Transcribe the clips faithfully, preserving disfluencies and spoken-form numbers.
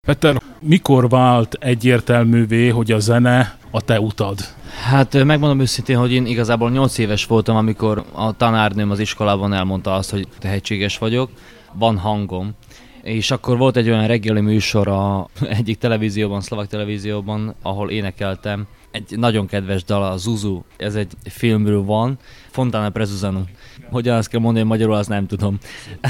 Peter, mikor vált egyértelművé, hogy a zene a te utad? Hát megmondom őszintén, hogy én igazából nyolc éves voltam, amikor a tanárnőm az iskolában elmondta azt, hogy tehetséges vagyok, van hangom. És akkor volt egy olyan reggeli műsor a egyik televízióban, szlovák televízióban, ahol énekeltem. Egy nagyon kedves dal, a Zuzu, ez egy filmről van, Fontana Prezuzanu. Hogyan azt kell mondani magyarul, azt nem tudom.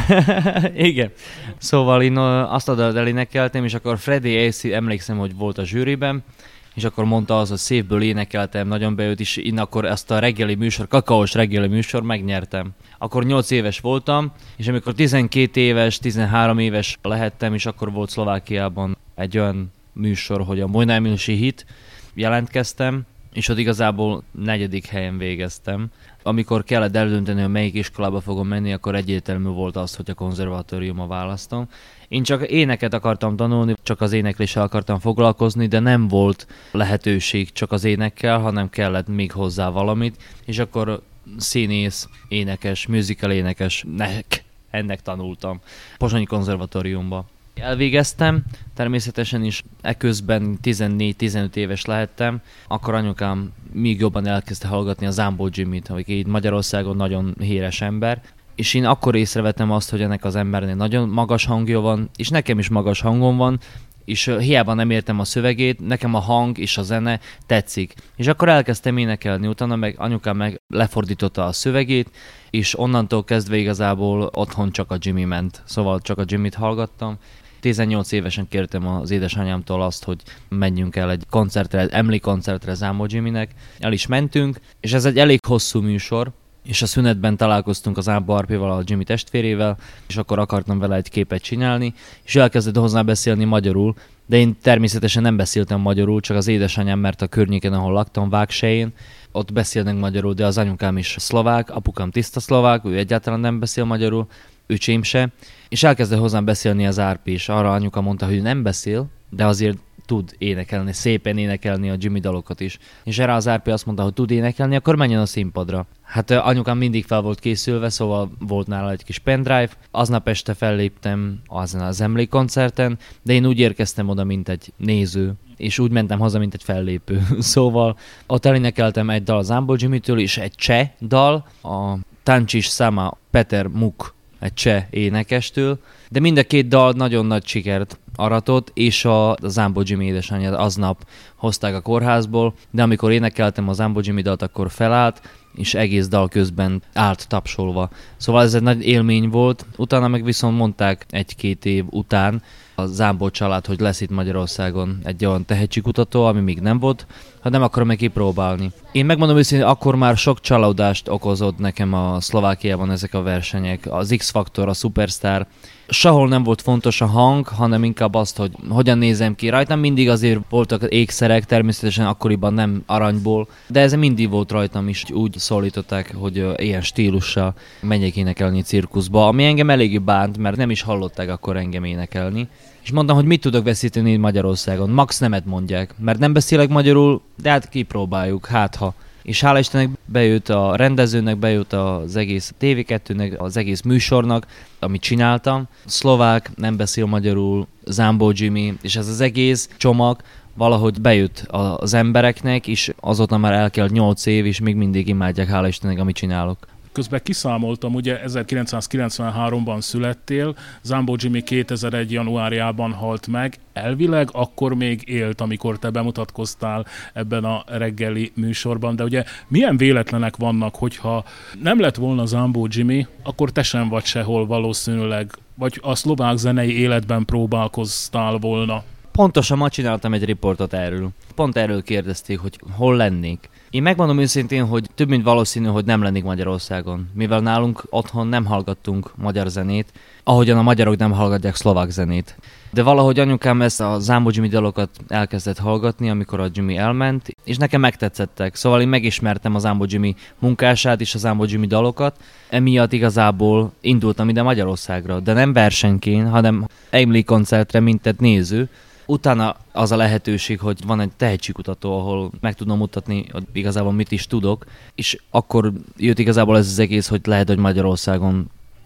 Igen. Szóval én azt a dalt elénekeltem, és akkor Freddie Ace, emlékszem, hogy volt a zsűriben, és akkor mondta az, hogy szépből énekeltem, nagyon beült, és én akkor ezt a reggeli műsor, kakaós reggeli műsor megnyertem. Akkor nyolc éves voltam, és amikor tizenkét éves, tizenhárom éves lehettem, és akkor volt Szlovákiában egy olyan műsor, hogy a Mojnámilsi hit, jelentkeztem, és ott igazából negyedik helyen végeztem. Amikor kellett eldönteni, hogy melyik iskolába fogom menni, akkor egyértelmű volt az, hogy a konzervatóriumba választom. Én csak éneket akartam tanulni, csak az énekléssel akartam foglalkozni, de nem volt lehetőség csak az énekkel, hanem kellett még hozzá valamit, és akkor színész, énekes, musical énekesnek, ennek tanultam Pozsonyi konzervatóriumba. Elvégeztem, természetesen is eközben tizennégy-tizenöt éves lehettem, akkor anyukám még jobban elkezdte hallgatni a Zámbó Jimmyt, aki itt Magyarországon nagyon híres ember, és én akkor észrevettem azt, hogy ennek az embernek nagyon magas hangja van, és nekem is magas hangom van, és hiába nem értem a szövegét, nekem a hang és a zene tetszik. És akkor elkezdtem énekelni, utána meg anyukám meg lefordította a szövegét, és onnantól kezdve igazából otthon csak a Jimmy ment, szóval csak a Jimmyt hallgattam. tizennyolc évesen kértem az édesanyámtól azt, hogy menjünk el egy koncertre, egy emlékkoncertre Zámbó Jimmynek. El is mentünk, és ez egy elég hosszú műsor, és a szünetben találkoztunk az Ábba Arpival, a Jimmy testvérével, és akkor akartam vele egy képet csinálni, és elkezdett hozzá beszélni magyarul, de én természetesen nem beszéltem magyarul, csak az édesanyám, mert a környéken, ahol laktam, Vágsején, ott beszélnek magyarul, de az anyukám is szlovák, apukám tiszta szlovák, ő egyáltalán nem beszél magyarul, öcsém se, és elkezdett hozzám beszélni az Árpi, és arra anyuka mondta, hogy nem beszél, de azért tud énekelni, szépen énekelni a Jimmy dalokat is. És erre az Árpi azt mondta, hogy tud énekelni, akkor menjen a színpadra. Hát anyukám mindig fel volt készülve, szóval volt nála egy kis pendrive. Aznap este felléptem azon az emlékkoncerten, de én úgy érkeztem oda, mint egy néző, és úgy mentem haza, mint egy fellépő. Szóval ott elénekeltem egy dal az Zámbó Jimmytől, és egy cseh dal, a Tancsis Sama Peter Muk, egy cseh énekestől, de mind a két dal nagyon nagy sikert aratott, és a, a Zámbó Jimmy édesanyját aznap hozták a kórházból, de amikor énekeltem a Zámbó Jimmy dalt, akkor felállt, és egész dal közben állt tapsolva. Szóval ez egy nagy élmény volt, utána meg viszont mondták egy-két év után a Zámbó család, hogy lesz itt Magyarországon egy olyan tehetségkutató, ami még nem volt, ha nem akarom meg kipróbálni. Én megmondom őszintén, akkor már sok csalódást okozott nekem a Szlovákiában ezek a versenyek, az X-Factor, a Superstar. Sehol nem volt fontos a hang, hanem inkább azt, hogy hogyan nézem ki. Rajtam mindig azért voltak ékszerek, természetesen akkoriban nem aranyból, de ez mindig volt rajtam is. Úgy szólították, hogy ilyen stílussal menjek énekelni cirkuszba, ami engem eléggé bánt, mert nem is hallották akkor engem énekelni. És mondtam, hogy mit tudok veszíteni Magyarországon. Max nemet mondják, mert nem beszélek magyarul, de hát kipróbáljuk, hát ha. És hála Istennek bejött a rendezőnek, bejött az egész té vé kettőnek, az egész műsornak, amit csináltam. Szlovák, nem beszél magyarul, Zámbó Jimmy, és ez az egész csomag valahogy bejött az embereknek, és azóta már elkelt nyolc év, és még mindig imádják, hála Istennek, amit csinálok. Közben kiszámoltam, ugye ezerkilencszázkilencvenháromban születtél, Zámbó Jimmy kétezer-egy januárjában halt meg, elvileg akkor még élt, amikor te bemutatkoztál ebben a reggeli műsorban, de ugye milyen véletlenek vannak, hogyha nem lett volna Zámbó Jimmy, akkor te sem vagy sehol valószínűleg, vagy a szlovák zenei életben próbálkoztál volna. Pontosan ma csináltam egy riportot erről. Pont erről kérdezték, hogy hol lennék. Én megmondom őszintén, hogy több mint valószínű, hogy nem lennék Magyarországon, mivel nálunk otthon nem hallgattunk magyar zenét, ahogyan a magyarok nem hallgatják szlovák zenét. De valahogy anyukám ezt a Zámbó Jimmy dalokat elkezdett hallgatni, amikor a Jimmy elment, és nekem megtetszettek. Szóval én megismertem a Zámbó Jimmy munkását és a Zámbó Jimmy dalokat. Emiatt igazából indultam ide Magyarországra, de nem versenyként, hanem emlékkoncertre, mint egy néző. Utána az a lehetőség, hogy van egy tehetségkutató, ahol meg tudom mutatni, hogy igazából mit is tudok, és akkor jött igazából ez az egész, hogy lehet, hogy Magyarországon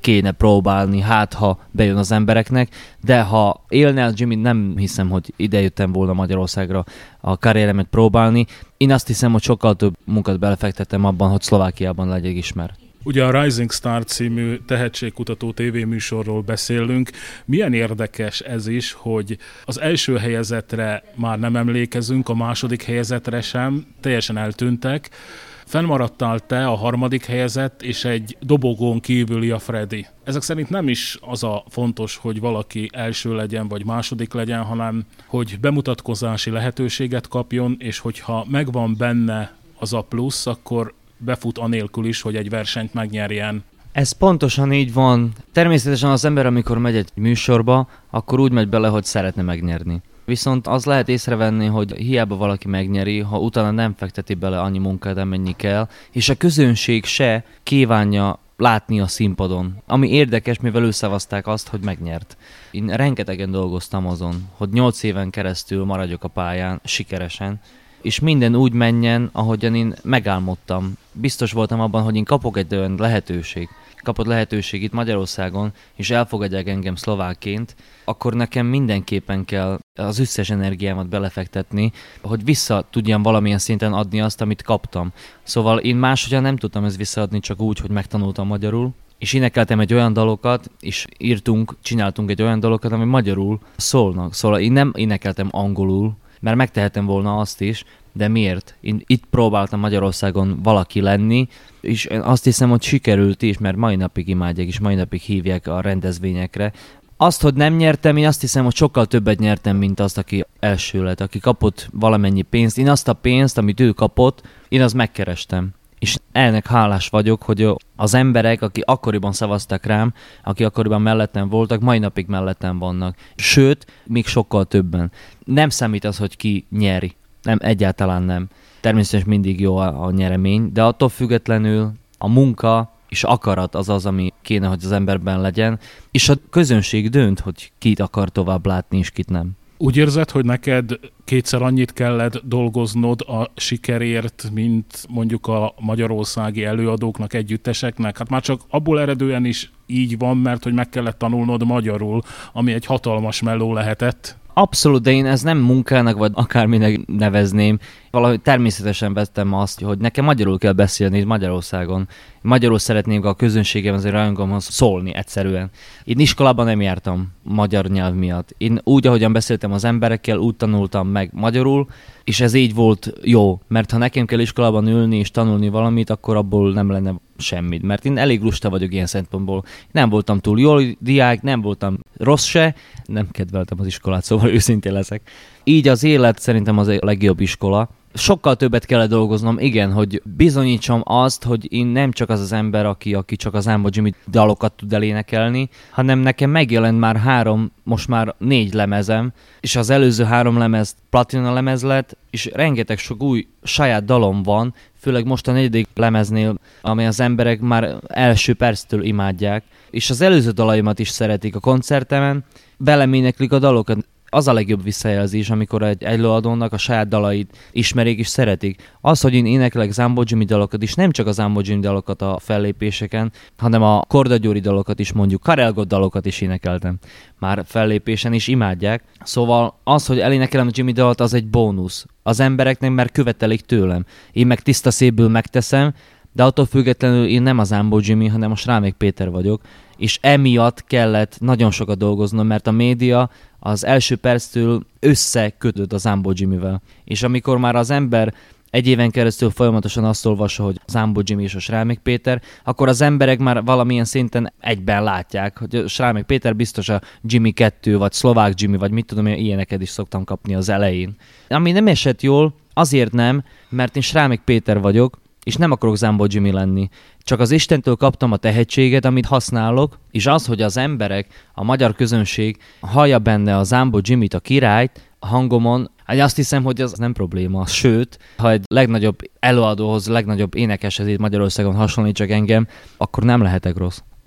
kéne próbálni, hát ha bejön az embereknek, de ha élne az Jimmy, nem hiszem, hogy idejöttem volna Magyarországra a karrieremet próbálni. Én azt hiszem, hogy sokkal több munkát belefektettem abban, hogy Szlovákiában legyek ismert. Ugye a Rising Star című tehetségkutató tévéműsorról beszélünk. Milyen érdekes ez is, hogy az első helyezetre már nem emlékezünk, a második helyezetre sem, teljesen eltűntek. Fennmaradtál te, a harmadik helyezett, és egy dobogón kívüli a Freddy. Ezek szerint nem is az a fontos, hogy valaki első legyen, vagy második legyen, hanem hogy bemutatkozási lehetőséget kapjon, és hogyha megvan benne az a plusz, akkor befut anélkül is, hogy egy versenyt megnyerjen. Ez pontosan így van. Természetesen az ember, amikor megy egy műsorba, akkor úgy megy bele, hogy szeretne megnyerni. Viszont az lehet észrevenni, hogy hiába valaki megnyeri, ha utána nem fekteti bele annyi munkát, amennyi kell, és a közönség se kívánja látni a színpadon. Ami érdekes, mivel őszavazták azt, hogy megnyert. Én rengetegen dolgoztam azon, hogy nyolc éven keresztül maradjak a pályán, sikeresen, és minden úgy menjen, ahogyan én megálmodtam. Biztos voltam abban, hogy én kapok egy olyan lehetőség, kapott lehetőség itt Magyarországon, és elfogadják engem szlovákként, akkor nekem mindenképpen kell az összes energiámat belefektetni, hogy vissza tudjam valamilyen szinten adni azt, amit kaptam. Szóval én máshogyan nem tudtam ezt visszaadni, csak úgy, hogy megtanultam magyarul, és énekeltem egy olyan dalokat, és írtunk, csináltunk egy olyan dalokat, ami magyarul szólnak. Szóval én nem énekeltem angolul, mert megtehetem volna azt is, de miért? Én itt próbáltam Magyarországon valaki lenni, és azt hiszem, hogy sikerült is, mert mai napig imádják, és mai napig hívják a rendezvényekre. Azt, hogy nem nyertem, én azt hiszem, hogy sokkal többet nyertem, mint azt, aki első lett, aki kapott valamennyi pénzt. Én azt a pénzt, amit ő kapott, én azt megkerestem. És ennek hálás vagyok, hogy az emberek, akik akkoriban szavaztak rám, akik akkoriban mellettem voltak, mai napig mellettem vannak. Sőt, még sokkal többen. Nem számít az, hogy ki nyeri. Nem, egyáltalán nem. Természetesen mindig jó a, a nyeremény, de attól függetlenül a munka és akarat az az, ami kéne, hogy az emberben legyen, és a közönség dönt, hogy kit akar tovább látni, és kit nem. Úgy érzed, hogy neked kétszer annyit kellett dolgoznod a sikerért, mint mondjuk a magyarországi előadóknak, együtteseknek? Hát már csak abból eredően is így van, mert hogy meg kellett tanulnod magyarul, ami egy hatalmas melló lehetett. Abszolút, de én ez nem munkának, vagy akárminek nevezném. Valahogy természetesen vettem azt, hogy nekem magyarul kell beszélni itt Magyarországon. Magyarul szeretném a közönségem, azért rajongomhoz szólni egyszerűen. Én iskolában nem jártam magyar nyelv miatt. Én úgy, ahogyan beszéltem az emberekkel, úgy tanultam meg magyarul, és ez így volt jó. Mert ha nekem kell iskolában ülni és tanulni valamit, akkor abból nem lenne semmit. Mert én elég lusta vagyok ilyen szempontból. Nem voltam túl jól diák, nem voltam rossz se, nem kedveltem az iskolát, szóval őszintén leszek. Így az élet szerintem az a legjobb iskola. Sokkal többet kellett dolgoznom, igen, hogy bizonyítsam azt, hogy én nem csak az az ember, aki, aki csak az Zámbó Jimmy dalokat tud elénekelni, hanem nekem megjelent már három, most már négy lemezem, és az előző három lemez platina lemez lett, és rengeteg sok új saját dalom van, főleg most a negyedik lemeznél, amely az emberek már első perctől imádják, és az előző dalaimat is szeretik a koncertemen, velem éneklik a dalokat. Az a legjobb visszajelzés, amikor egy előadónak a saját dalait ismerik és szeretik. Az, hogy én énekelek Zámbó Jimmy dalokat is, nem csak a Zámbó Jimmy dalokat a fellépéseken, hanem a Korda Gyuri dalokat is, mondjuk Karel Gott dalokat is énekeltem már fellépésen, és imádják. Szóval az, hogy elénekelem a Jimmy dalt, az egy bónusz. Az embereknek már követelik tőlem. Én meg tiszta szívből megteszem, de attól függetlenül én nem a Zámbó Jimmy, hanem a Srámék Péter vagyok, és emiatt kellett nagyon sokat dolgoznom, mert a média az első perctől összekötött a Zámbó Jimmyvel. És amikor már az ember egy éven keresztül folyamatosan azt olvassa, hogy Zámbó Jimmy és a Srámék Péter, akkor az emberek már valamilyen szinten egyben látják, hogy a Srámék Péter biztos a Jimmy kettő, vagy Szlovák Jimmy, vagy mit tudom, ilyeneket is szoktam kapni az elején. Ami nem esett jól, azért nem, mert én Srámék Péter vagyok, és nem akarok Zámbó Jimmy lenni. Csak az Istentől kaptam a tehetséget, amit használok, és az, hogy az emberek, a magyar közönség hallja benne a Zámbó Jimmyt, a királyt, a hangomon, azt hiszem, hogy az nem probléma. Sőt, ha egy legnagyobb előadóhoz, legnagyobb énekeshez itt Magyarországon hasonlít csak engem, akkor nem lehetek rossz.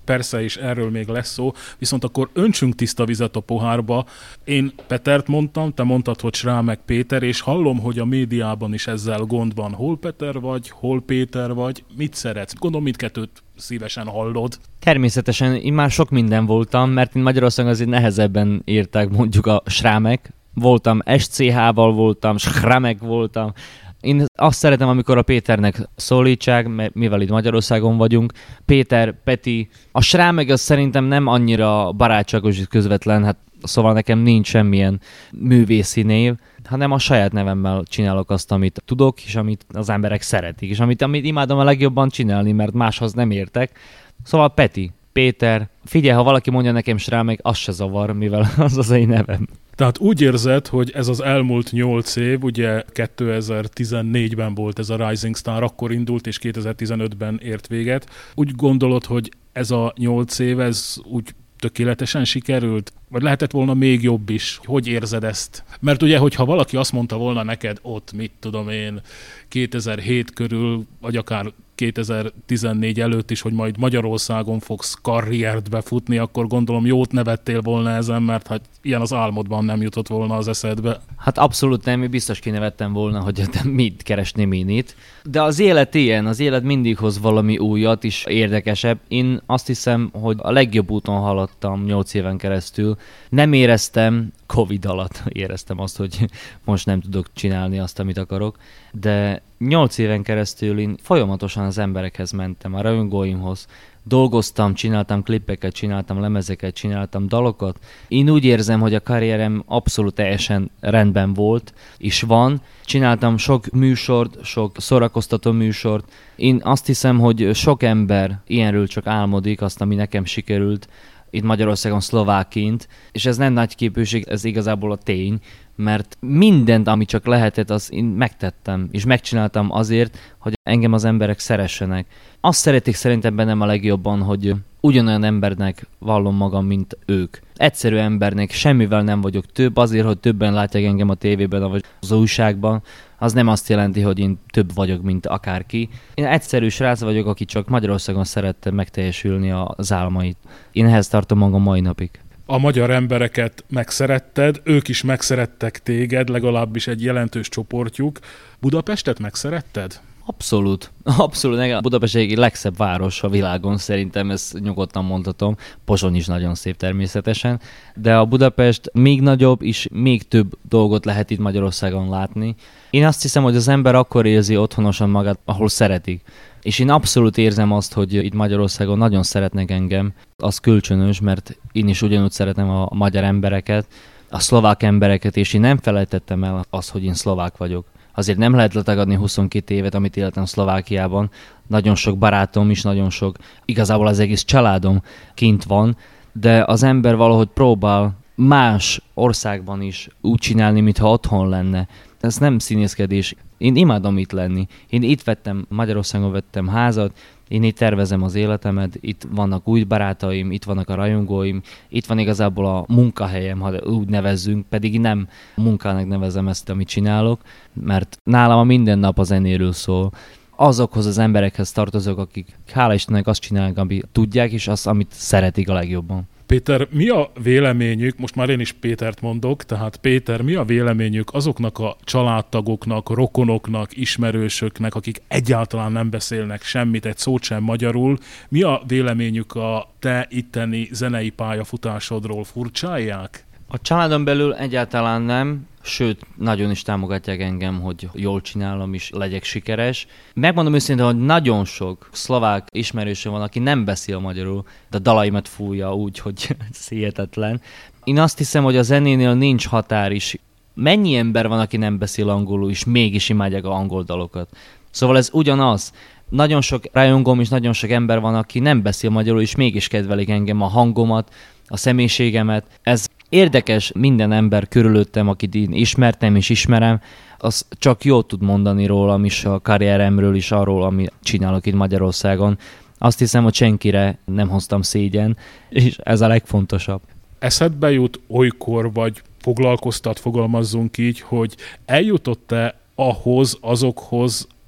persze, és erről még lesz szó, viszont akkor öntsünk tiszta vizet a pohárba. Én Petert mondtam, te mondtad, hogy Srá meg Péter, és hallom, hogy a médiában is ezzel gond van. Hol Peter vagy, hol Péter vagy, mit szeretsz? Gondolom, mindkettőt szívesen hallod. Természetesen én már sok minden voltam, mert én Magyarországon azért nehezebben írták mondjuk a Srámek. Voltam es cé há-val voltam, Schramek voltam. Én azt szeretem, amikor a Péternek szólítsák, mivel itt Magyarországon vagyunk. Péter, Peti, a Srámek az szerintem nem annyira barátságos és közvetlen, hát szóval nekem nincs semmilyen művészi név, hanem a saját nevemmel csinálok azt, amit tudok, és amit az emberek szeretik, és amit, amit imádom a legjobban csinálni, mert máshoz nem értek. Szóval Peti, Péter, figyelj, ha valaki mondja nekem Srámek, az se zavar, mivel az az én nevem. Tehát úgy érzed, hogy ez az elmúlt nyolc év, ugye kétezer-tizennégyben volt ez a Rising Star, akkor indult, és kétezer-tizenötben ért véget. Úgy gondolod, hogy ez a nyolc év, ez úgy tökéletesen sikerült? Vagy lehetett volna még jobb is? Hogy érzed ezt? Mert ugye, hogyha valaki azt mondta volna neked ott, mit tudom én, kétezer-hét körül, vagy akár kétezer-tizennégy előtt is, hogy majd Magyarországon fogsz karriert befutni, akkor gondolom jót nevettél volna ezen, mert hát ilyen az álmodban nem jutott volna az eszedbe. Hát abszolút nem, én biztos kinevettem volna, hogy mit keresném én itt. De az élet ilyen, az élet mindig hoz valami újat is érdekesebb. Én azt hiszem, hogy a legjobb úton haladtam nyolc éven keresztül. Nem éreztem, Covid alatt éreztem azt, hogy most nem tudok csinálni azt, amit akarok, de nyolc éven keresztül én folyamatosan az emberekhez mentem, a rajongóimhoz, dolgoztam, csináltam klippeket, csináltam lemezeket, csináltam dalokat. Én úgy érzem, hogy a karrierem abszolút teljesen rendben volt, és van. Csináltam sok műsort, sok szórakoztató műsort. Én azt hiszem, hogy sok ember ilyenről csak álmodik, azt, ami nekem sikerült, itt Magyarországon szlovákként, és ez nem nagy képűség, ez igazából a tény, mert mindent, ami csak lehetett, azt én megtettem, és megcsináltam azért, hogy engem az emberek szeressenek. Azt szeretik szerintem bennem a legjobban, hogy ugyanolyan embernek vallom magam, mint ők. Egyszerű embernek, semmivel nem vagyok több, azért, hogy többen látják engem a tévében, vagy az újságban, az nem azt jelenti, hogy én több vagyok, mint akárki. Én egyszerű srác vagyok, aki csak Magyarországon szerette megteljesülni az álmait. Én ehhez tartom magam mai napig. A magyar embereket megszeretted, ők is megszerettek téged, legalábbis egy jelentős csoportjuk. Budapestet megszeretted? Abszolút. Abszolút. Budapest egy legszebb város a világon, szerintem ezt nyugodtan mondhatom. Pozsony is nagyon szép természetesen, de a Budapest még nagyobb és még több dolgot lehet itt Magyarországon látni. Én azt hiszem, hogy az ember akkor érzi otthonosan magát, ahol szeretik. És én abszolút érzem azt, hogy itt Magyarországon nagyon szeretnek engem. Az kölcsönös, mert én is ugyanúgy szeretem a magyar embereket, a szlovák embereket, és én nem felejtettem el azt, hogy én szlovák vagyok. Azért nem lehet letagadni huszonkét évet, amit éltem Szlovákiában. Nagyon sok barátom is, nagyon sok, igazából az egész családom kint van, de az ember valahogy próbál más országban is úgy csinálni, mintha otthon lenne. Ez nem színészkedés. Én imádom itt lenni. Én itt vettem, Magyarországon vettem házat, én itt tervezem az életemet, itt vannak új barátaim, itt vannak a rajongóim, itt van igazából a munkahelyem, ha úgy nevezzünk, pedig nem munkának nevezem ezt, amit csinálok, mert nálam a minden nap a zenéről szól. Azokhoz az emberekhez tartozok, akik hála Istennek azt csinálnak, amit tudják, és azt, amit szeretik a legjobban. Péter, mi a véleményük, most már én is Pétert mondok, tehát Péter, mi a véleményük azoknak a családtagoknak, rokonoknak, ismerősöknek, akik egyáltalán nem beszélnek semmit, egy szót sem magyarul, mi a véleményük a te itteni zenei pályafutásodról? Furcsálják? A családon belül egyáltalán nem, sőt, nagyon is támogatják engem, hogy jól csinálom és legyek sikeres. Megmondom őszintén, hogy nagyon sok szlovák ismerősöm van, aki nem beszél magyarul, de a dalaimat fújja úgy, hogy ez hihetetlen. Én azt hiszem, hogy a zenénél nincs határ is. Mennyi ember van, aki nem beszél angolul, és mégis imádják az angol dalokat. Szóval ez ugyanaz. Nagyon sok rajongóm és nagyon sok ember van, aki nem beszél magyarul, és mégis kedvelik engem, a hangomat, a személyiségemet. Ez érdekes, minden ember körülöttem, akit én ismertem és ismerem, az csak jót tud mondani rólam is, a karrieremről is, arról, amit csinálok itt Magyarországon. Azt hiszem, hogy senkire nem hoztam szégyen, és ez a legfontosabb. Eszedbe jut olykor, vagy foglalkoztat, fogalmazzunk így, hogy eljutott-e ahhoz, azokhoz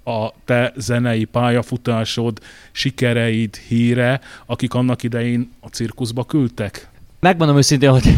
a te zenei pályafutásod, sikereid híre, akik annak idején a cirkuszba küldtek? Megmondom őszintén, hogy,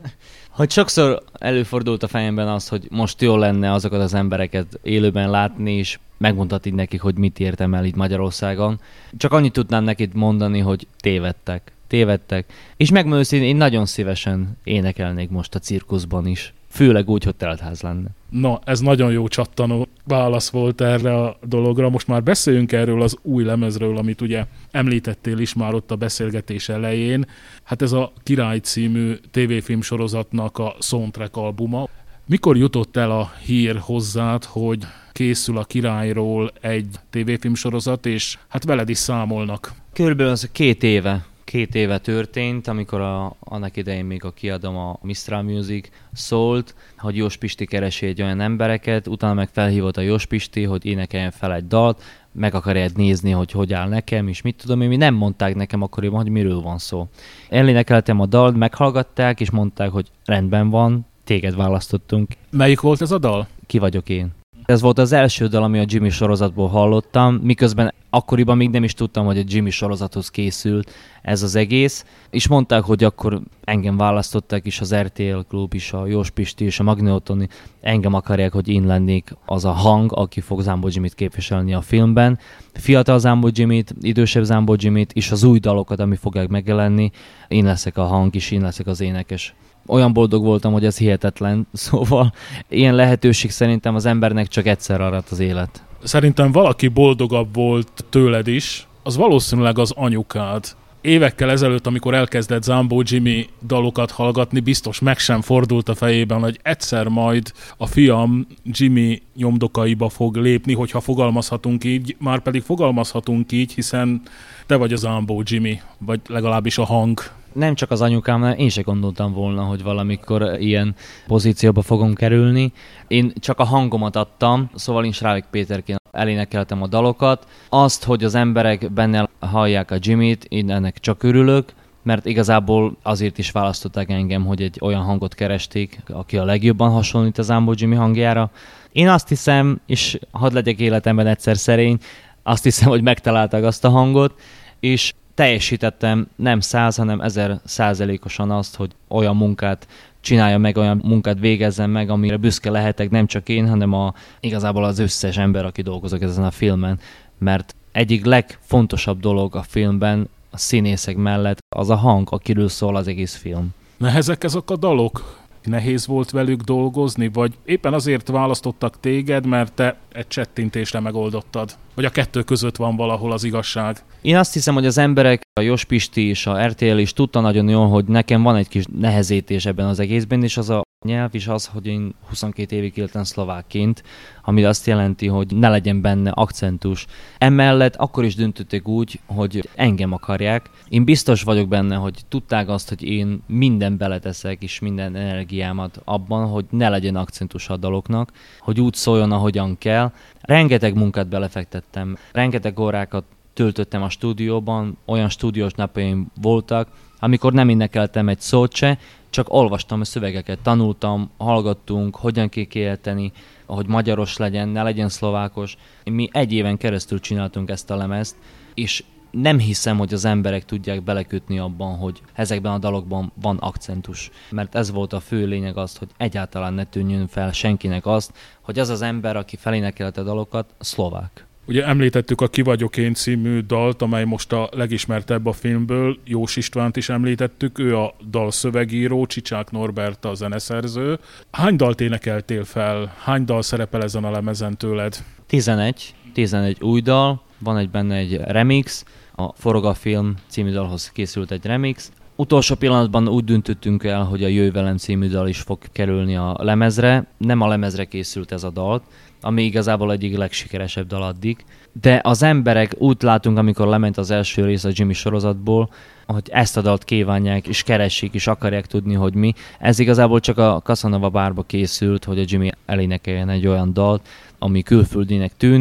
hogy sokszor előfordult a fejemben az, hogy most jól lenne azokat az embereket élőben látni, és megmondhatni nekik, hogy mit értem el itt Magyarországon. Csak annyit tudnám nekik mondani, hogy tévedtek. Tévedtek. És megmondom őszintén, én nagyon szívesen énekelnék most a cirkuszban is. Főleg úgy, hogy teltház lenne. Na, ez nagyon jó csattanó válasz volt erre a dologra. Most már beszéljünk erről az új lemezről, amit ugye említettél is már ott a beszélgetés elején. Hát ez a Király című tévéfilm sorozatnak a soundtrack albuma. Mikor jutott el a hír hozzád, hogy készül a Királyról egy tévéfilm sorozat, és hát veled is számolnak? Körülbelül az két éve. Két éve történt, amikor a, annak idején még a kiadom a Mistral Music szólt, hogy Jós Pisti keresi egy olyan embereket, utána meg felhívott a Jós Pisti, hogy énekeljen fel egy dalt, meg akarják nézni, hogy hogy áll nekem, és mit tudom én, mi nem mondták nekem akkoriban, hogy miről van szó. Elénekeltem a dalt, meghallgatták, és mondták, hogy rendben van, téged választottunk. Melyik volt ez a dal? Ki vagyok én. Ez volt az első dal, ami a Jimmy sorozatból hallottam, miközben akkoriban még nem is tudtam, hogy a Jimmy sorozathoz készült ez az egész, és mondták, hogy akkor engem választották is, az er té el Klub is, a Jós Pisti és a Magneotoni, engem akarják, hogy én lennék az a hang, aki fog Zámbó Jimmyt képviselni a filmben. Fiatal Zámbó Jimmyt, idősebb Zámbó Jimmyt, és az új dalokat, ami fogják megjelenni, én leszek a hang, és én leszek az énekes. Olyan boldog voltam, hogy ez hihetetlen, szóval ilyen lehetőség szerintem az embernek csak egyszer arat az élet. Szerintem valaki boldogabb volt tőled is, az valószínűleg az anyukád. Évekkel ezelőtt, amikor elkezdett Zámbó Jimmy dalokat hallgatni, biztos meg sem fordult a fejében, hogy egyszer majd a fiam Jimmy nyomdokaiba fog lépni, hogyha fogalmazhatunk így, már pedig fogalmazhatunk így, hiszen te vagy a Zámbó Jimmy, vagy legalábbis a hang. Nem csak az anyukámnál, én se gondoltam volna, hogy valamikor ilyen pozícióba fogom kerülni. Én csak a hangomat adtam, szóval én Srávik Péterként elénekeltem a dalokat. Azt, hogy az emberek benne hallják a Jimmyt, én ennek csak örülök, mert igazából azért is választották engem, hogy egy olyan hangot keresték, aki a legjobban hasonlít a Zámbó Jimmy hangjára. Én azt hiszem, és hadd legyek életemben egyszer szerény, azt hiszem, hogy megtalálták azt a hangot, és teljesítettem nem száz, hanem ezer százalékosan azt, hogy olyan munkát csinálja meg, olyan munkát végezzen meg, amire büszke lehetek nem csak én, hanem a, igazából az összes ember, aki dolgozik ezen a filmen. Mert egyik legfontosabb dolog a filmben, a színészek mellett az a hang, akiről szól az egész film. Nehezek ezek a dalok? Nehéz volt velük dolgozni, vagy éppen azért választottak téged, mert te egy csettintésre megoldottad? Vagy a kettő között van valahol az igazság? Én azt hiszem, hogy az emberek, a Jós Pisti és a er té el is tudta nagyon jól, hogy nekem van egy kis nehezítés ebben az egészben, és az a nyelv is az, hogy én huszonkét évig éltem szlovákként, ami azt jelenti, hogy ne legyen benne akcentus. Emellett akkor is döntötték úgy, hogy engem akarják. Én biztos vagyok benne, hogy tudták azt, hogy én minden beleteszek, és minden energiámat abban, hogy ne legyen akcentus a daloknak, hogy úgy szóljon, ahogyan kell. Rengeteg munkát belefektettem, rengeteg órákat töltöttem a stúdióban, olyan stúdiós napjaim voltak, amikor nem énekeltem egy szót se, csak olvastam a szövegeket, tanultam, hallgattunk, hogyan kell kiejteni, hogy magyaros legyen, ne legyen szlovákos. Mi egy éven keresztül csináltunk ezt a lemezt, és nem hiszem, hogy az emberek tudják belekötni abban, hogy ezekben a dalokban van akcentus. Mert ez volt a fő lényeg az, hogy egyáltalán ne tűnjön fel senkinek azt, hogy az az ember, aki felénekelte a dalokat, szlovák. Ugye említettük a Ki vagyok én című dalt, amely most a legismertebb a filmből, Jós Istvánt is említettük, ő a dal szövegíró, Csicsák Norbert a zeneszerző. Hány dalt énekeltél fel? Hány dal szerepel ezen a lemezen tőled? tizenegy. tizenegy új dal, van egy benne egy remix, a Forog a film című dalhoz készült egy remix. Utolsó pillanatban úgy döntöttünk el, hogy a Jöjj velem című dal is fog kerülni a lemezre. Nem a lemezre készült ez a dal, ami igazából egyik legsikeresebb dal addig. De az emberek úgy látunk, amikor lement az első rész a Jimmy sorozatból, hogy ezt a dalt kívánják, és keresik, és akarják tudni, hogy mi. Ez igazából csak a Casanova bárba készült, hogy a Jimmy elénekeljen egy olyan dalt, ami külföldinek tűnik,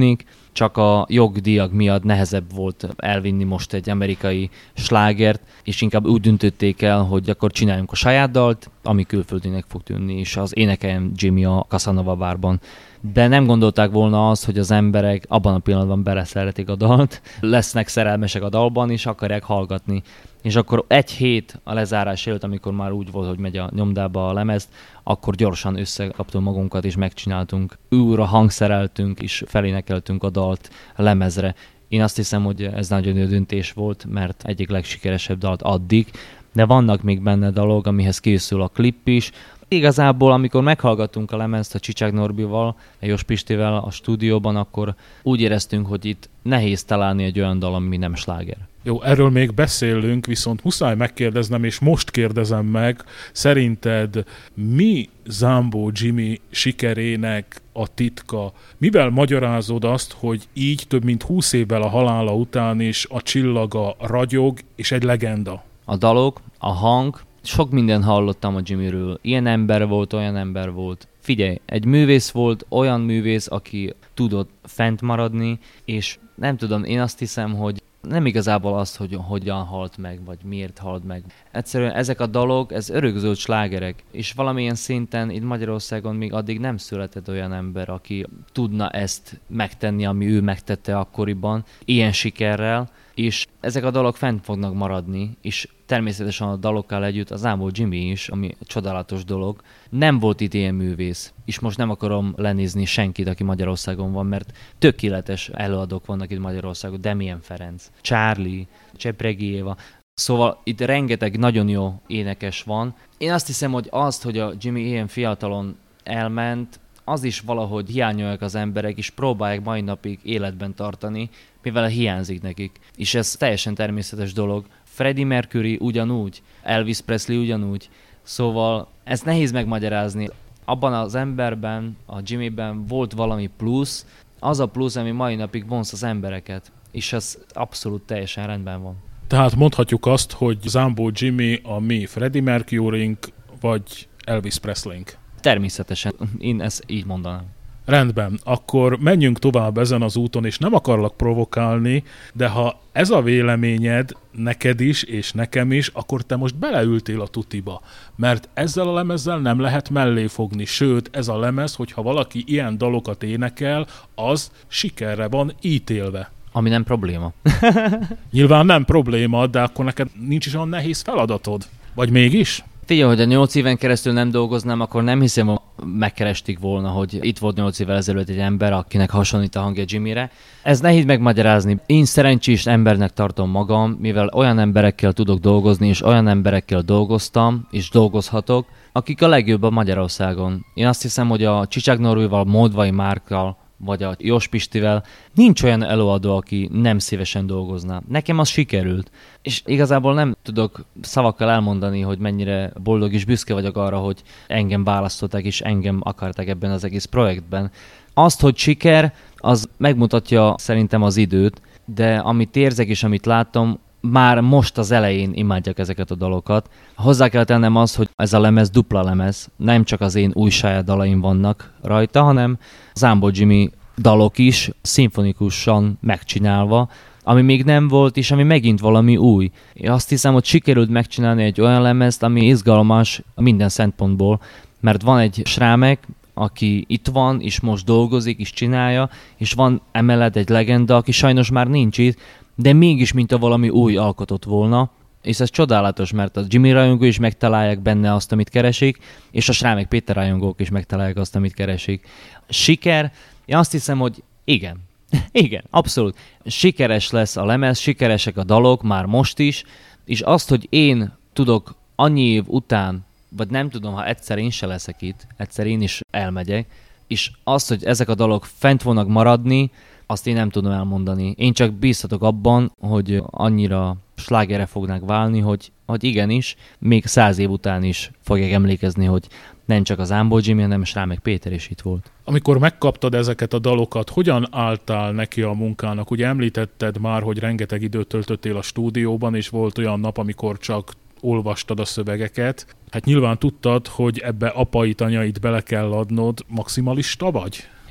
csak a jogdíjak miatt nehezebb volt elvinni most egy amerikai slágert, és inkább úgy döntötték el, hogy akkor csináljunk a saját dalt, ami külföldinek fog tűnni, és az énekeljen Jimmy a Casanova bárban. De nem gondolták volna azt, hogy az emberek abban a pillanatban beleszeretik a dalt, lesznek szerelmesek a dalban, és akarják hallgatni. És akkor egy hét a lezárás előtt, amikor már úgy volt, hogy megy a nyomdába a lemezt, akkor gyorsan összekaptunk magunkat, és megcsináltunk, újra hangszereltünk, és felénekeltünk a dalt a lemezre. Én azt hiszem, hogy ez nagyon jó döntés volt, mert egyik legsikeresebb dalt addig, de vannak még benne dalok, amihez készül a klip is. Igazából, amikor meghallgattunk a lemezt a Csicsák Norbival, a Jos Pistivel a stúdióban, akkor úgy éreztünk, hogy itt nehéz találni egy olyan dal, ami nem sláger. Jó, erről még beszélünk, viszont muszáj megkérdeznem, és most kérdezem meg, szerinted mi Zambó Jimmy sikerének a titka? Mivel magyarázod azt, hogy így több mint húsz évvel a halála után is a csillaga ragyog, és egy legenda? A dalok, a hang, sok minden hallottam a Jimmyről. Ilyen ember volt, olyan ember volt. Figyelj, egy művész volt, olyan művész, aki tudott fent maradni, és nem tudom, én azt hiszem, hogy nem igazából az, hogy hogyan halt meg, vagy miért halt meg. Egyszerűen ezek a dalok, ez örökzöld slágerek, és valamilyen szinten itt Magyarországon még addig nem született olyan ember, aki tudna ezt megtenni, ami ő megtette akkoriban, ilyen sikerrel, és ezek a dalok fent fognak maradni, és természetesen a dalokkal együtt a Zambó Jimmy is, ami csodálatos dolog. Nem volt itt ilyen művész, és most nem akarom lenézni senkit, aki Magyarországon van, mert tökéletes előadók vannak itt Magyarországon, Demian Ferenc, Charlie, Csepregi Éva. Szóval itt rengeteg nagyon jó énekes van. Én azt hiszem, hogy azt, hogy a Jimmy ilyen fiatalon elment, az is valahogy hiányolják az emberek, és próbálják mai napig életben tartani, mivel hiányzik nekik. És ez teljesen természetes dolog. Freddie Mercury ugyanúgy, Elvis Presley ugyanúgy. Szóval ez nehéz megmagyarázni. Abban az emberben, a Jimmyben volt valami plusz, az a plusz, ami mai napig vonz az embereket. És ez abszolút teljesen rendben van. Tehát mondhatjuk azt, hogy Zambó Jimmy a mi Freddie Mercuryink, vagy Elvis Presleyink. Természetesen. Én ezt így mondanám. Rendben, akkor menjünk tovább ezen az úton, és nem akarlak provokálni, de ha ez a véleményed neked is, és nekem is, akkor te most beleültél a tutiba. Mert ezzel a lemezzel nem lehet mellé fogni. Sőt, ez a lemez, hogyha valaki ilyen dalokat énekel, az sikerre van ítélve. Ami nem probléma. Nyilván nem probléma, de akkor neked nincs is olyan nehéz feladatod. Vagy mégis? Figyelj, hogy a nyolc éven keresztül nem dolgoznám, akkor nem hiszem, hogy megkeresték volna, hogy itt volt nyolc évvel ezelőtt egy ember, akinek hasonlít a hangja Jimmyre. Ez nehéz megmagyarázni. Én szerencsés embernek tartom magam, mivel olyan emberekkel tudok dolgozni, és olyan emberekkel dolgoztam, és dolgozhatok, akik a legjobb a Magyarországon. Én azt hiszem, hogy a Csicsák Norbival, Moldvai Márkkal, vagy a Jos Pistivel nincs olyan előadó, aki nem szívesen dolgozna. Nekem az sikerült. És igazából nem tudok szavakkal elmondani, hogy mennyire boldog és büszke vagyok arra, hogy engem választották, és engem akarták ebben az egész projektben. Azt, hogy siker, az megmutatja szerintem az időt, de amit érzek és amit látom, már most az elején imádják ezeket a dalokat. Hozzá kell tennem az, hogy ez a lemez dupla lemez, nem csak az én új saját dalaim vannak rajta, hanem Zambó Jimmy dalok is szimfonikusan megcsinálva, ami még nem volt, és ami megint valami új. Én azt hiszem, hogy sikerült megcsinálni egy olyan lemezt, ami izgalmas minden szempontból, mert van egy srámek, aki itt van, és most dolgozik, és csinálja, és van emellett egy legenda, aki sajnos már nincs itt, de mégis, mint a valami új alkotott volna, és ez csodálatos, mert a Jimmy rajongó is megtalálják benne azt, amit keresik, és a Srámek Péter rajongók is megtalálják azt, amit keresik. Siker, én azt hiszem, hogy igen, igen, abszolút. Sikeres lesz a lemez, sikeresek a dalok, már most is, és azt, hogy én tudok annyi év után, vagy nem tudom, ha egyszer én se leszek itt, egyszer én is elmegyek, és azt, hogy ezek a dalok fent fognak maradni, azt én nem tudom elmondani. Én csak bízhatok abban, hogy annyira slágerre fognak válni, hogy, hogy igenis, még száz év után is fogják emlékezni, hogy nem csak az Zambó Jimmy, hanem Srámek Péter is itt volt. Amikor megkaptad ezeket a dalokat, hogyan álltál neki a munkának? Ugye említetted már, hogy rengeteg időt töltöttél a stúdióban, és volt olyan nap, amikor csak olvastad a szövegeket. Hát nyilván tudtad, hogy ebbe apait, anyait bele kell adnod. Maximalista vagy?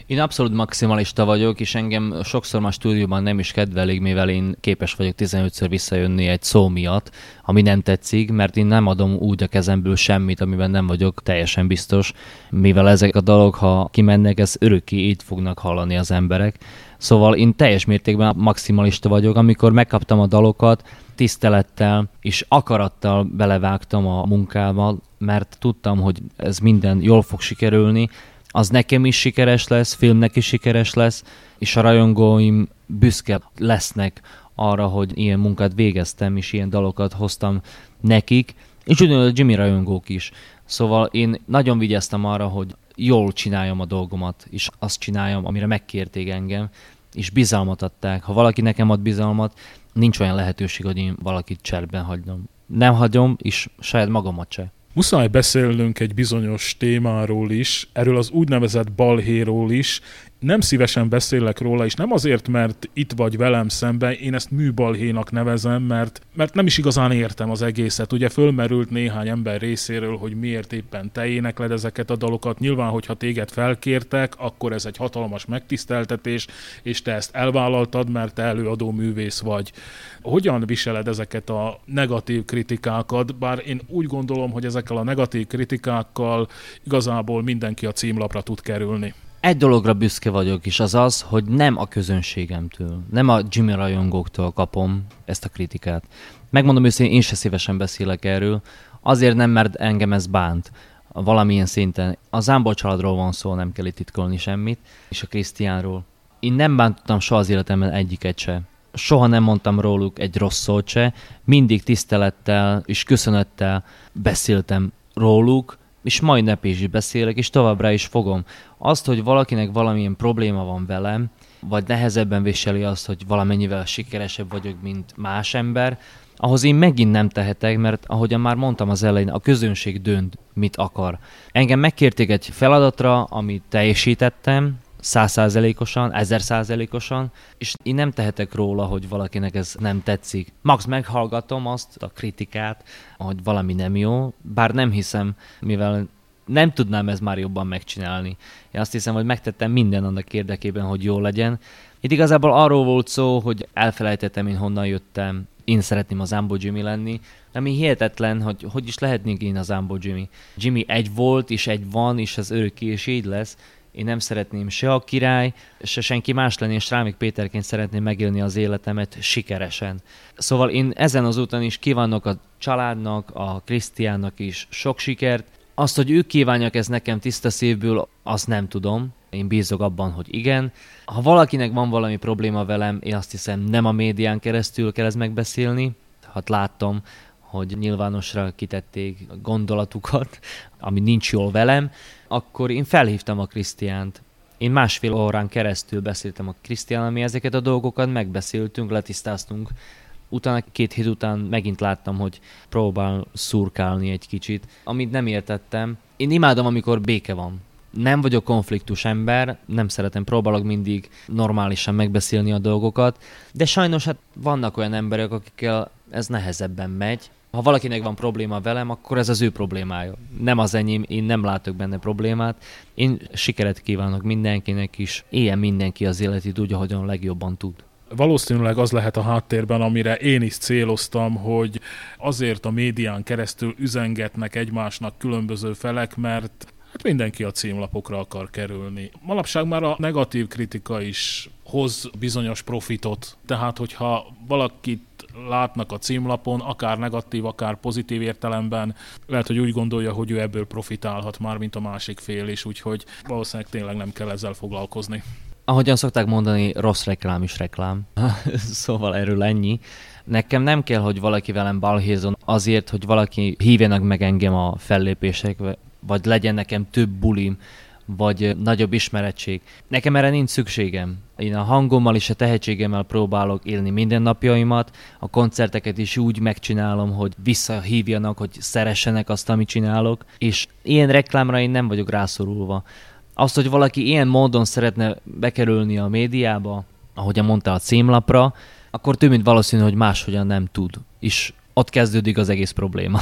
Én abszolút maximalista vagyok, és engem sokszor már stúdióban nem is kedvelik, mivel én képes vagyok tizenötször visszajönni egy szó miatt, ami nem tetszik, mert én nem adom úgy a kezemből semmit, amiben nem vagyok teljesen biztos, mivel ezek a dolgok, ha kimennek, ez örökké így fognak hallani az emberek. Szóval én teljes mértékben maximalista vagyok, amikor megkaptam a dalokat, tisztelettel és akarattal belevágtam a munkába, mert tudtam, hogy ez minden jól fog sikerülni, az nekem is sikeres lesz, filmnek is sikeres lesz, és a rajongóim büszke lesznek arra, hogy ilyen munkát végeztem, és ilyen dalokat hoztam nekik, és ugyanúgy a Jimmy rajongók is. Szóval én nagyon vigyáztam arra, hogy jól csináljam a dolgomat, és azt csináljam, amire megkérték engem, és bizalmat adták. Ha valaki nekem ad bizalmat, nincs olyan lehetőség, hogy én valakit cserben hagynom. Nem hagyom, és saját magamat se. Muszáj beszélnünk egy bizonyos témáról is, erről az úgynevezett balhéról is. Nem szívesen beszélek róla, és nem azért, mert itt vagy velem szemben, én ezt műbalhénak nevezem, mert, mert nem is igazán értem az egészet. Ugye fölmerült néhány ember részéről, hogy miért éppen te énekled ezeket a dalokat. Nyilván, hogyha téged felkértek, akkor ez egy hatalmas megtiszteltetés, és te ezt elvállaltad, mert te előadó művész vagy. Hogyan viseled ezeket a negatív kritikákat? Bár én úgy gondolom, hogy ezekkel a negatív kritikákkal igazából mindenki a címlapra tud kerülni. Egy dologra büszke vagyok, és az az, hogy nem a közönségemtől, nem a Jimmy rajongóktól kapom ezt a kritikát. Megmondom őszintén, én se szívesen beszélek erről, azért nem, mert engem ez bánt valamilyen szinten. A Zámbor családról van szó, nem kell itt titkolni semmit, és a Krisztiánról. Én nem bántottam soha az életemben egyiket se. Soha nem mondtam róluk egy rossz szót se, mindig tisztelettel és köszönettel beszéltem róluk, és mai nap is beszélek, és továbbra is fogom. Azt, hogy valakinek valamilyen probléma van velem, vagy nehezebben viseli azt, hogy valamennyivel sikeresebb vagyok, mint más ember, ahhoz én megint nem tehetek, mert ahogyan már mondtam az elején, a közönség dönt, mit akar. Engem megkérték egy feladatra, amit teljesítettem, száz százalékosan, ezer százalékosan, és én nem tehetek róla, hogy valakinek ez nem tetszik. Max meghallgatom azt a kritikát, hogy valami nem jó, bár nem hiszem, mivel nem tudnám ezt már jobban megcsinálni. Én azt hiszem, hogy megtettem minden annak érdekében, hogy jó legyen. Itt igazából arról volt szó, hogy elfelejtettem, én honnan jöttem. Én szeretném az Zámbor Jimmy lenni, ami hihetetlen, hogy hogy is lehetnék én az Zámbor Jimmy. Jimmy egy volt, és egy van, és az örökké, és így lesz. Én nem szeretném se a király, se senki más lenni, és Rámik Péterként szeretném megélni az életemet sikeresen. Szóval én ezen az úton is kívánok a családnak, a Krisztiánnak is sok sikert. Azt, hogy ők kívánják ezt nekem tiszta szívből, azt nem tudom. Én bízok abban, hogy igen. Ha valakinek van valami probléma velem, én azt hiszem nem a médián keresztül kell ezt megbeszélni. Hát láttam, hogy nyilvánosra kitették a gondolatukat, ami nincs jól velem, akkor én felhívtam a Krisztiánt. Én másfél órán keresztül beszéltem a Krisztiánnal, mi ezeket a dolgokat megbeszéltünk, letisztáztunk. Utána két hét után megint láttam, hogy próbál szurkálni egy kicsit, amit nem értettem. Én imádom, amikor béke van. Nem vagyok konfliktus ember, nem szeretem, próbálok mindig normálisan megbeszélni a dolgokat, de sajnos hát vannak olyan emberek, akikkel ez nehezebben megy. Ha valakinek van probléma velem, akkor ez az ő problémája. Nem az enyém, én nem látok benne problémát. Én sikeret kívánok mindenkinek is. Éljen mindenki az életét úgy, ahogyan legjobban tud. Valószínűleg az lehet a háttérben, amire én is céloztam, hogy azért a médián keresztül üzengetnek egymásnak különböző felek, mert hát mindenki a címlapokra akar kerülni. Manapság már a negatív kritika is hoz bizonyos profitot. Tehát, hogyha valakit látnak a címlapon, akár negatív, akár pozitív értelemben, lehet, hogy úgy gondolja, hogy ő ebből profitálhat már, mint a másik fél is, úgyhogy valószínűleg tényleg nem kell ezzel foglalkozni. Ahogyan szokták mondani, rossz reklám is reklám. Szóval erről ennyi. Nekem nem kell, hogy valaki velem balhézon azért, hogy valaki hívjanak meg engem a fellépésekbe, vagy legyen nekem több bulim, vagy nagyobb ismerettség. Nekem erre nincs szükségem. Én a hangommal és a tehetségemmel próbálok élni mindennapjaimat, a koncerteket is úgy megcsinálom, hogy visszahívjanak, hogy szeressenek azt, amit csinálok, és ilyen reklámra én nem vagyok rászorulva. Azt, hogy valaki ilyen módon szeretne bekerülni a médiába, ahogyan mondta a címlapra, akkor több mint valószínű, hogy máshogyan nem tud. És ott kezdődik az egész probléma.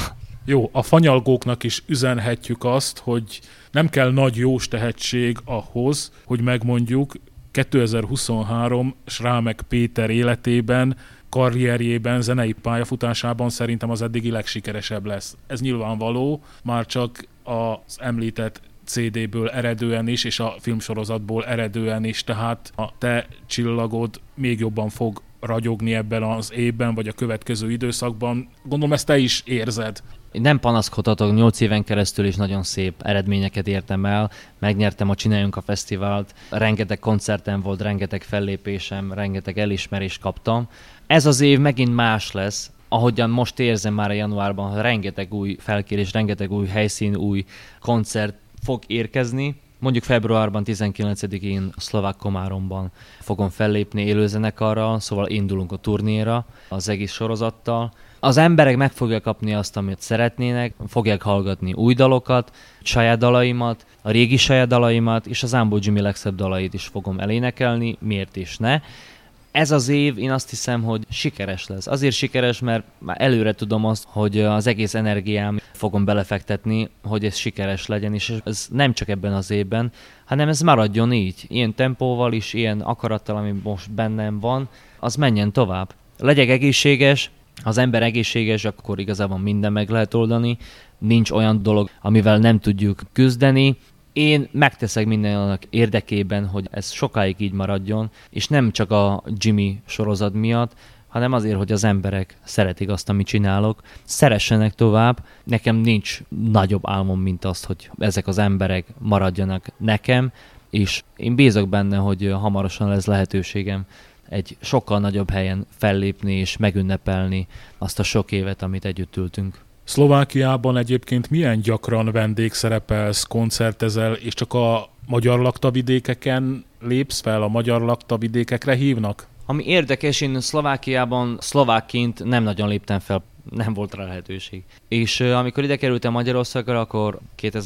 Jó, a fanyalgóknak is üzenhetjük azt, hogy nem kell nagy jós tehetség ahhoz, hogy megmondjuk kétezer-huszonhárom Schrámek Péter életében, karrierjében, zenei pályafutásában szerintem az eddigi legsikeresebb lesz. Ez nyilvánvaló, már csak az említett cé déből eredően is, és a filmsorozatból eredően is, tehát a te csillagod még jobban fog ragyogni ebben az évben, vagy a következő időszakban. Gondolom, ezt te is érzed. Én nem panaszkodhatok, nyolc éven keresztül is nagyon szép eredményeket értem el, megnyertem a Csináljunk a Fesztivált, rengeteg koncertem volt, rengeteg fellépésem, rengeteg elismerést kaptam. Ez az év megint más lesz, ahogyan most érzem már a januárban, hogy rengeteg új felkérés, rengeteg új helyszín, új koncert fog érkezni. Mondjuk februárban tizenkilencedikén a Szlovák Komáromban fogom fellépni élőzenekarral, szóval indulunk a turnéra az egész sorozattal. Az emberek meg fogják kapni azt, amit szeretnének, fogják hallgatni új dalokat, saját dalaimat, a régi saját dalaimat, és az Zambó Jimmy legszebb dalait is fogom elénekelni, miért is ne. Ez az év, én azt hiszem, hogy sikeres lesz. Azért sikeres, mert már előre tudom azt, hogy az egész energiám fogom belefektetni, hogy ez sikeres legyen, és ez nem csak ebben az évben, hanem ez maradjon így. Ilyen tempóval is, ilyen akarattal, ami most bennem van, az menjen tovább. Legyek egészséges, ha az ember egészséges, akkor igazából minden meg lehet oldani. Nincs olyan dolog, amivel nem tudjuk küzdeni. Én megteszek minden annak érdekében, hogy ez sokáig így maradjon, és nem csak a Jimmy sorozat miatt, hanem azért, hogy az emberek szeretik azt, amit csinálok, szeressenek tovább. Nekem nincs nagyobb álmom, mint az, hogy ezek az emberek maradjanak nekem, és én bízok benne, hogy hamarosan lesz lehetőségem egy sokkal nagyobb helyen fellépni és megünnepelni azt a sok évet, amit együtt ültünk. Szlovákiában egyébként milyen gyakran vendégszerepelsz, koncertezel, és csak a magyar laktavidékeken lépsz fel, a magyar laktavidékekre hívnak? Ami érdekes, én Szlovákiában szlovákként nem nagyon léptem fel, nem volt rá lehetőség. És uh, amikor ide kerültem Magyarországra, akkor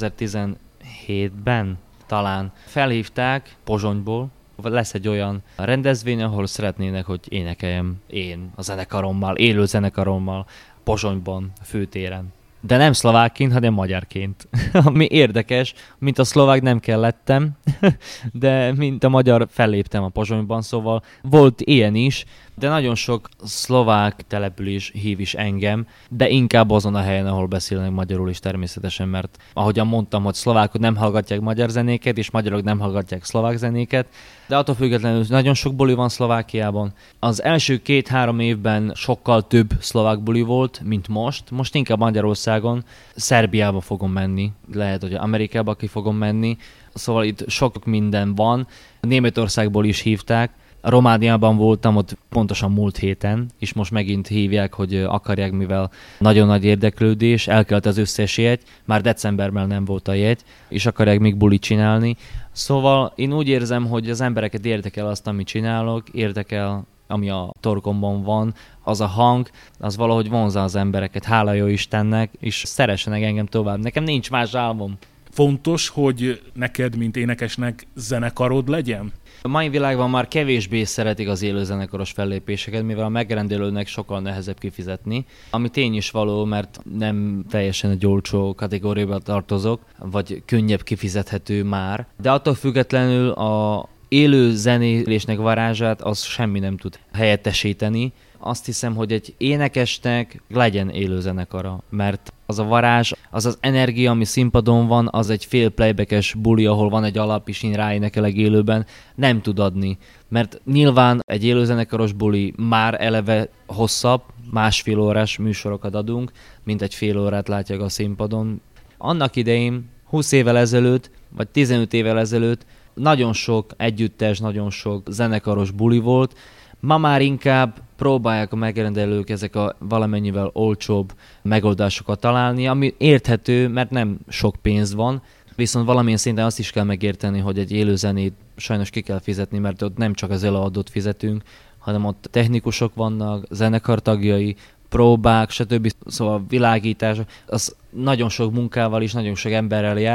kétezer-tizenhétben talán felhívták Pozsonyból, lesz egy olyan rendezvény, ahol szeretnének, hogy énekeljem én a zenekarommal, élő zenekarommal, Pozsonyban, a főtéren. De nem szlovákként, hanem magyarként. Ami érdekes, mint a szlovák nem kellettem, de mint a magyar felléptem a Pozsonyban, szóval volt ilyen is, de nagyon sok szlovák település hív is engem, de inkább azon a helyen, ahol beszélnek magyarul is természetesen, mert ahogyan mondtam, hogy szlovákok nem hallgatják magyar zenéket, és magyarok nem hallgatják szlovák zenéket, de attól függetlenül nagyon sok buli van Szlovákiában. Az első két-három évben sokkal több szlovák buli volt, mint most. Most inkább Magyarországon, Szerbiába fogom menni, lehet, hogy Amerikába ki fogom menni, szóval itt sok minden van. Németországból is hívták, Romániában voltam ott pontosan múlt héten, és most megint hívják, hogy akarják, mivel nagyon nagy érdeklődés, elkelt az összes jegy, már decemberben nem volt a jegy, és akarják még bulit csinálni. Szóval én úgy érzem, hogy az embereket érdekel azt, amit csinálok, érdekel, ami a torkomban van, az a hang, az valahogy vonzza az embereket, hála jó Istennek, és szeressenek engem tovább. Nekem nincs más álmom. Fontos, hogy neked, mint énekesnek zenekarod legyen? A mai világban már kevésbé szeretik az élőzenekaros fellépéseket, mivel a megrendelőnek sokkal nehezebb kifizetni, ami tény is való, mert nem teljesen egy olcsó kategóriába tartozok, vagy könnyebb kifizethető már, de attól függetlenül a élő zenélésnek varázsát az semmi nem tud helyettesíteni. Azt hiszem, hogy egy énekesnek legyen élő zenekara, mert az a varázs, az az energia, ami színpadon van, az egy fél playbackes buli, ahol van egy alap, és én ráénekelek élőben, nem tud adni. Mert nyilván egy élőzenekaros buli már eleve hosszabb, másfél órás műsorokat adunk, mint egy fél órát látják a színpadon. Annak idején, húsz évvel ezelőtt, vagy tizenöt évvel ezelőtt nagyon sok együttes, nagyon sok zenekaros buli volt. Ma már inkább próbálják a megrendelők ezek a valamennyivel olcsóbb megoldásokat találni, ami érthető, mert nem sok pénz van, viszont valamilyen szinten azt is kell megérteni, hogy egy élőzenét sajnos ki kell fizetni, mert ott nem csak az előadót fizetünk, hanem ott technikusok vannak, zenekartagjai, próbák, stb. Szóval világítás, az nagyon sok munkával is, nagyon sok emberrel jár,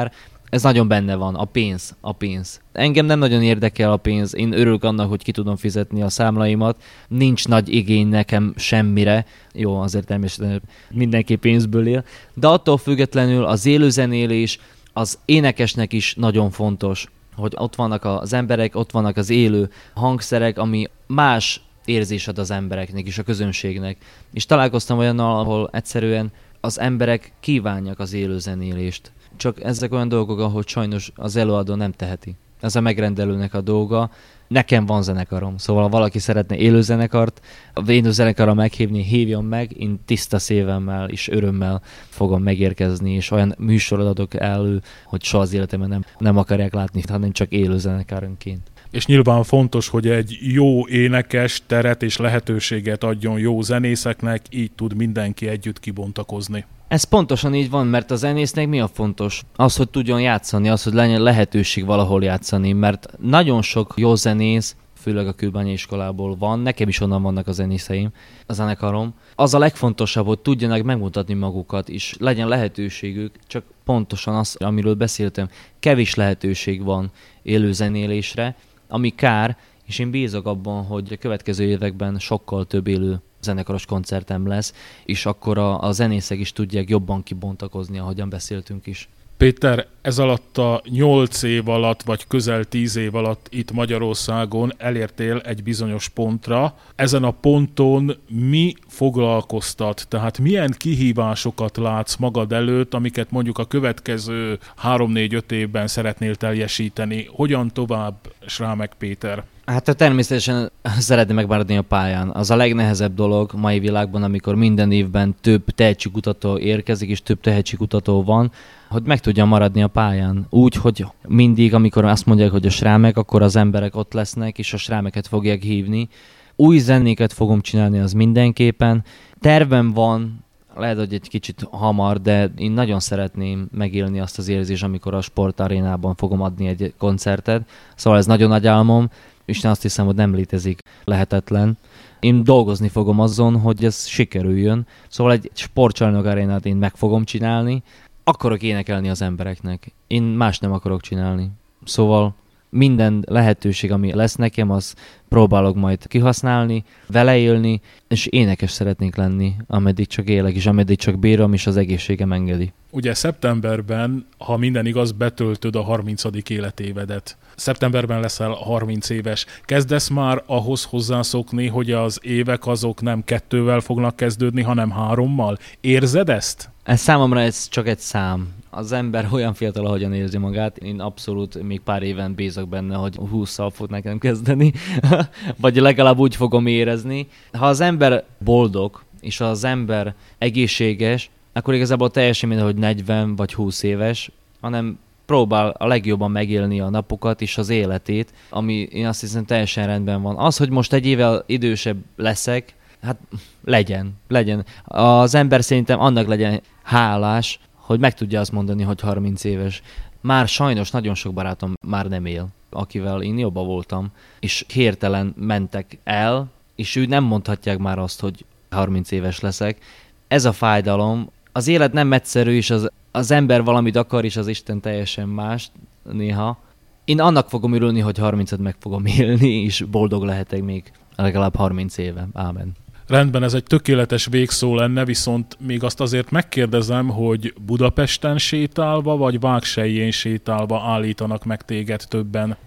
Ez nagyon benne van, a pénz, a pénz. Engem nem nagyon érdekel a pénz, én örülök annak, hogy ki tudom fizetni a számlaimat, nincs nagy igény nekem semmire, jó, azért természetesen mindenki pénzből él, de attól függetlenül az élőzenélés az énekesnek is nagyon fontos, hogy ott vannak az emberek, ott vannak az élő hangszerek, ami más érzés ad az embereknek és a közönségnek. És találkoztam olyannal, ahol egyszerűen az emberek kívánják az élőzenélést. Csak ezek olyan dolgok, ahol sajnos az előadó nem teheti. Ez a megrendelőnek a dolga. Nekem van zenekarom, szóval ha valaki szeretne élőzenekart, a élőzenekarra meghívni, hívjon meg, én tiszta szívemmel és örömmel fogom megérkezni, és olyan műsorot adok elő, hogy soha az életemben nem, nem akarják látni, hanem csak élőzenekarönként. És nyilván fontos, hogy egy jó énekes teret és lehetőséget adjon jó zenészeknek, így tud mindenki együtt kibontakozni. Ez pontosan így van, mert a zenésznek mi a fontos? Az, hogy tudjon játszani, az, hogy legyen lehetőség valahol játszani, mert nagyon sok jó zenész, főleg a Kőbányai iskolából van, nekem is onnan vannak a zenészeim, a zenekarom. Az a legfontosabb, hogy tudjanak megmutatni magukat, és legyen lehetőségük, csak pontosan az, amiről beszéltem, kevés lehetőség van élőzenélésre, ami kár, és én bízok abban, hogy a következő években sokkal több élő zenekaros koncertem lesz, és akkor a, a zenészek is tudják jobban kibontakozni, ahogyan beszéltünk is. Péter, ez alatt a nyolc év alatt, vagy közel tíz év alatt itt Magyarországon elértél egy bizonyos pontra. Ezen a ponton mi foglalkoztat? Tehát milyen kihívásokat látsz magad előtt, amiket mondjuk a következő három-négy-öt évben szeretnél teljesíteni? Hogyan tovább, Srámek Péter? Hát természetesen szeretném megmaradni a pályán. Az a legnehezebb dolog mai világban, amikor minden évben több tehetségkutató érkezik, és több tehetségkutató van, hogy meg tudjam maradni a pályán. Úgy, hogy mindig, amikor azt mondják, hogy a Srámek, akkor az emberek ott lesznek, és a Srámeket fogják hívni. Új zenéket fogom csinálni, az mindenképpen. Tervem van, lehet, hogy egy kicsit hamar, de én nagyon szeretném megélni azt az érzést, amikor a sportarénában fogom adni egy koncertet. Szóval ez nagyon nagy álmom, és azt hiszem, hogy nem létezik lehetetlen. Én dolgozni fogom azon, hogy ez sikerüljön. Szóval egy sportcsarnok arénát én meg fogom csinálni. Akarok énekelni az embereknek. Én más nem akarok csinálni. Szóval minden lehetőség, ami lesz nekem, az próbálok majd kihasználni, vele élni, és énekes szeretnék lenni, ameddig csak élek, és ameddig csak bírom, és az egészségem engedi. Ugye szeptemberben, ha minden igaz, betöltöd a harmincadik életévedet. Szeptemberben leszel harminc éves. Kezdesz már ahhoz hozzászokni, hogy az évek azok nem kettővel fognak kezdődni, hanem hárommal? Érzed ezt? Ez számomra ez csak egy szám. Az ember olyan fiatal, ahogyan érzi magát. Én abszolút még pár éven bízok benne, hogy hússzal fog nekem kezdeni, vagy legalább úgy fogom érezni. Ha az ember boldog, és az ember egészséges, akkor igazából teljesen mindegy, hogy negyven vagy húsz éves, hanem próbál a legjobban megélni a napokat és az életét, ami én azt hiszem teljesen rendben van. Az, hogy most egy évvel idősebb leszek, hát legyen, legyen. Az ember szerintem annak legyen hálás, hogy meg tudja azt mondani, hogy harminc éves. Már sajnos nagyon sok barátom már nem él, akivel én jobban voltam, és hirtelen mentek el, és ő nem mondhatják már azt, hogy harminc éves leszek. Ez a fájdalom. Az élet nem egyszerű, és az, az ember valamit akar, és az Isten teljesen más néha. Én annak fogom örülni, hogy harmincat meg fogom élni, és boldog lehetek még legalább harminc éve. Ámen. Rendben, ez egy tökéletes végszó lenne, viszont még azt azért megkérdezem, hogy Budapesten sétálva, vagy Vágselyén sétálva állítanak meg téged többen?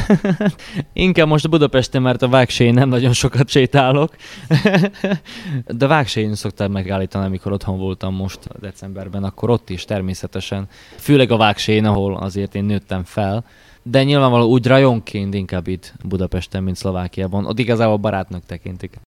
Inkább most Budapesten, mert a Vágselyén nem nagyon sokat sétálok. De Vágselyén szokták megállítani, amikor otthon voltam most decemberben, akkor ott is természetesen. Főleg a Vágselyén, ahol azért én nőttem fel. De nyilvánvalóan úgy rajonként inkább itt Budapesten, mint Szlovákiában. Ott igazából barátnak tekintik.